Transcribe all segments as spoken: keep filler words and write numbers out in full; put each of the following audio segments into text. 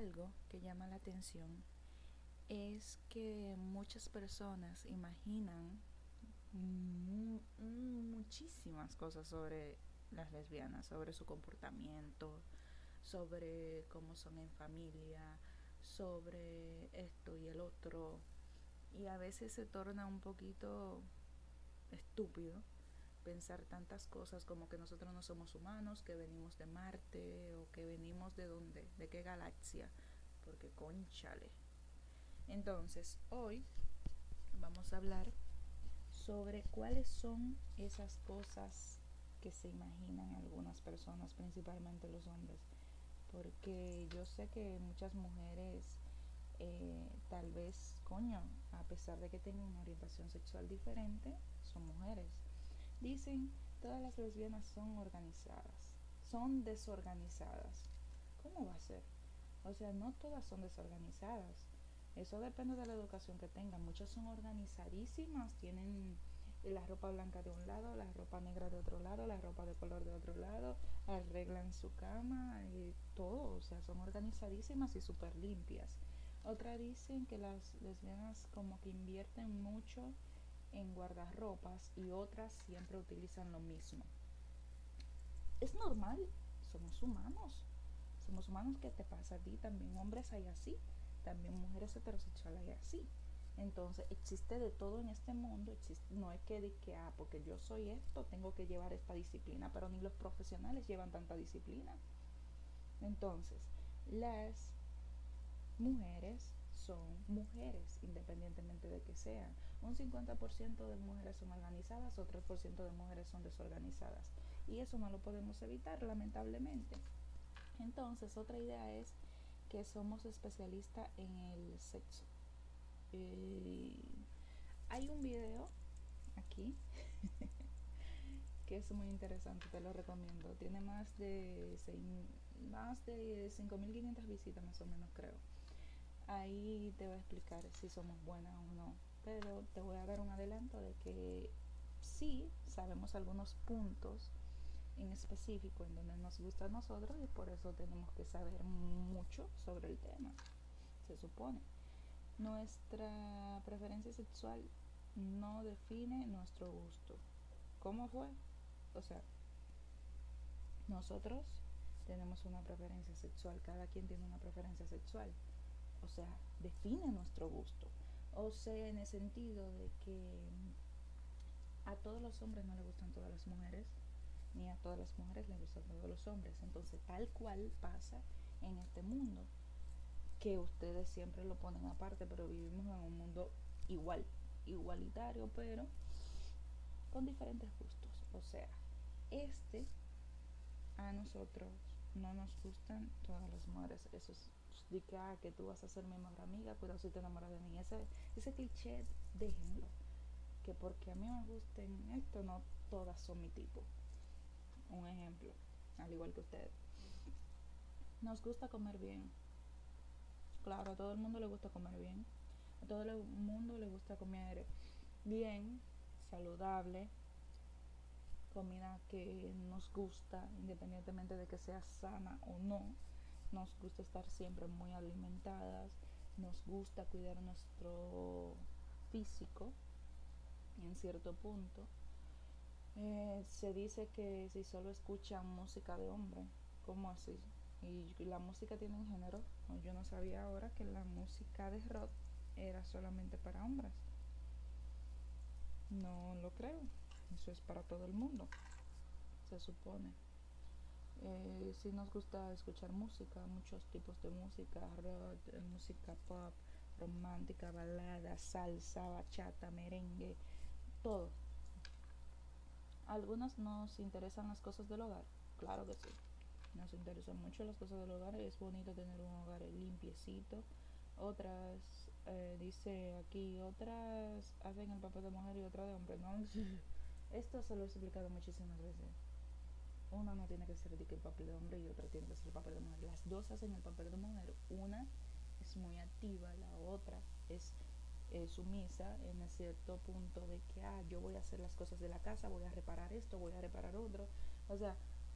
algo que llama la atención es que muchas personas imaginan mu- muchísimas cosas sobre las lesbianas, sobre su comportamiento, sobre cómo son en familia, sobre esto y el otro. Y a veces se torna un poquito estúpido pensar tantas cosas como que nosotros no somos humanos, que venimos de Marte o que venimos de dónde, de qué galaxia, porque conchale. Entonces, hoy vamos a hablar sobre cuáles son esas cosas que se imaginan algunas personas, principalmente los hombres, porque yo sé que muchas mujeres eh, tal vez, coño, a pesar de que tengan una orientación sexual diferente, son mujeres. Dicen, todas las lesbianas son organizadas, son desorganizadas. ¿Cómo va a ser? O sea, no todas son desorganizadas. Eso depende de la educación que tengan. Muchas son organizadísimas, tienen la ropa blanca de un lado, la ropa negra de otro lado, la ropa de color de otro lado, arreglan su cama y todo. O sea, son organizadísimas y súper limpias. Otras dicen que las lesbianas como que invierten mucho en guardarropas y otras siempre utilizan lo mismo. Es normal, somos humanos. Somos humanos, ¿qué te pasa a ti? También hombres hay así, también mujeres heterosexuales hay así. Entonces existe de todo en este mundo, existe, no es que de que, ah, porque yo soy esto, tengo que llevar esta disciplina, pero ni los profesionales llevan tanta disciplina. Entonces, las mujeres son mujeres, independientemente de que sean. Un cincuenta por ciento de mujeres son organizadas, otro tres por ciento de mujeres son desorganizadas. Y eso no lo podemos evitar, lamentablemente. Entonces, otra idea es que somos especialistas en el sexo. Eh, hay un video aquí que es muy interesante, te lo recomiendo. Tiene más de seis, más de cinco mil quinientas visitas más o menos, creo. Ahí te voy a explicar si somos buenas o no, pero te voy a dar un adelanto de que sí sabemos algunos puntos en específico en donde nos gusta a nosotros y por eso tenemos que saber mucho sobre el tema, se supone. Nuestra preferencia sexual no define nuestro gusto. ¿Cómo fue? O sea, nosotros tenemos una preferencia sexual, cada quien tiene una preferencia sexual. O sea, define nuestro gusto. O sea, en el sentido de que a todos los hombres no les gustan todas las mujeres, ni a todas las mujeres les gustan todos los hombres. Entonces, tal cual pasa en este mundo, que ustedes siempre lo ponen aparte, pero vivimos en un mundo igual, igualitario, pero con diferentes gustos. O sea, este a nosotros no nos gustan todas las mujeres. Eso es de que, ah, que tú vas a ser mi mejor amiga, cuidado si te enamoras de mí. Ese, ese cliché, déjenlo. Que porque a mí me gusten esto, no todas son mi tipo. Un ejemplo, al igual que ustedes. Nos gusta comer bien. Claro, a todo el mundo le gusta comer bien. A todo el mundo le gusta comer bien, saludable, comida que nos gusta, independientemente de que sea sana o no. Nos gusta estar siempre muy alimentadas, nos gusta cuidar nuestro físico en cierto punto. Eh, se dice que si solo escuchan música de hombre, ¿cómo así? Y la música tiene un género. Yo no sabía ahora que la música de rock era solamente para hombres. No lo creo. Eso es para todo el mundo, se supone. Eh, sí nos gusta escuchar música, muchos tipos de música, rock, eh, música pop, romántica, balada, salsa, bachata, merengue, todo. A algunas nos interesan las cosas del hogar, claro que sí. Nos interesan mucho las cosas del hogar, es bonito tener un hogar limpiecito. Otras, eh, dice aquí, otras hacen el papel de mujer y otra de hombre, ¿no? Esto se lo he explicado muchísimas veces. Una no tiene que ser de que el papel de hombre y otra tiene que ser el papel de mujer. Las dos hacen el papel de mujer. Una es muy activa, la otra es eh, sumisa en el cierto punto de que, ah, yo voy a hacer las cosas de la casa, voy a reparar esto, voy a reparar otro. O sea,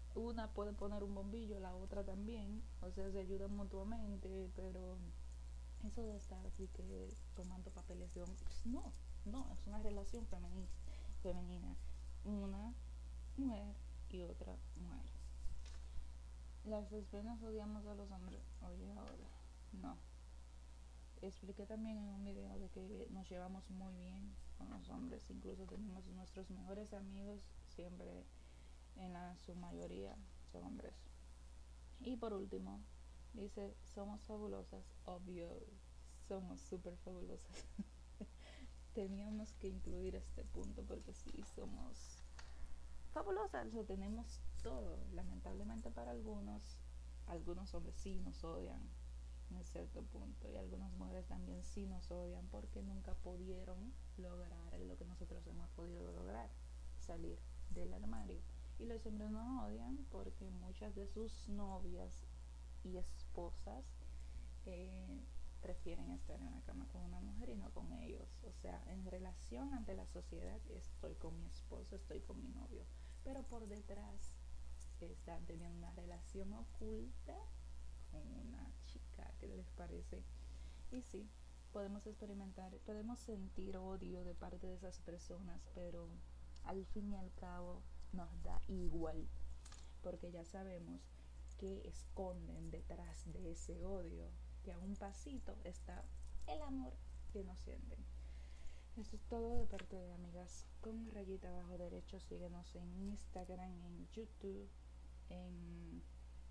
una puede poner un bombillo, la otra también, o sea, se ayudan mutuamente, pero eso de estar así que tomando papeles de hombre, pues no, no, es una relación femeni- femenina, una mujer y otra mujer. Las lesbianas odiamos a los hombres, oye ahora, no. Expliqué también en un video de que nos llevamos muy bien con los hombres, incluso tenemos nuestros mejores amigos, siempre en la, su mayoría son hombres. Y por último, dice, somos fabulosas, obvio, somos súper fabulosas. Teníamos que incluir este punto porque sí, somos fabulosas, lo tenemos todo. Lamentablemente para algunos, algunos hombres sí nos odian en cierto punto y algunas mujeres también sí nos odian porque nunca pudieron lograr lo que nosotros hemos podido lograr, salir del armario. Y los hombres nos odian porque muchas de sus novias y esposas eh, prefieren estar en la cama con una mujer y no con ellos. O sea, en relación ante la sociedad estoy con mi esposo, estoy con mi novio, pero por detrás están teniendo una relación oculta con una chica. ¿Qué les parece? Y sí, podemos experimentar, podemos sentir odio de parte de esas personas, pero al fin y al cabo nos da igual, porque ya sabemos que esconden detrás de ese odio, que a un pasito está el amor que nos sienten. Esto es todo de parte de Amigas con Rayita Abajo Derecho. Síguenos en Instagram, en YouTube, en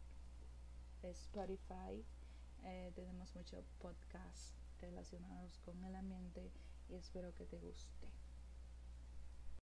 Spotify. Eh, tenemos muchos podcasts relacionados con el ambiente y espero que te guste.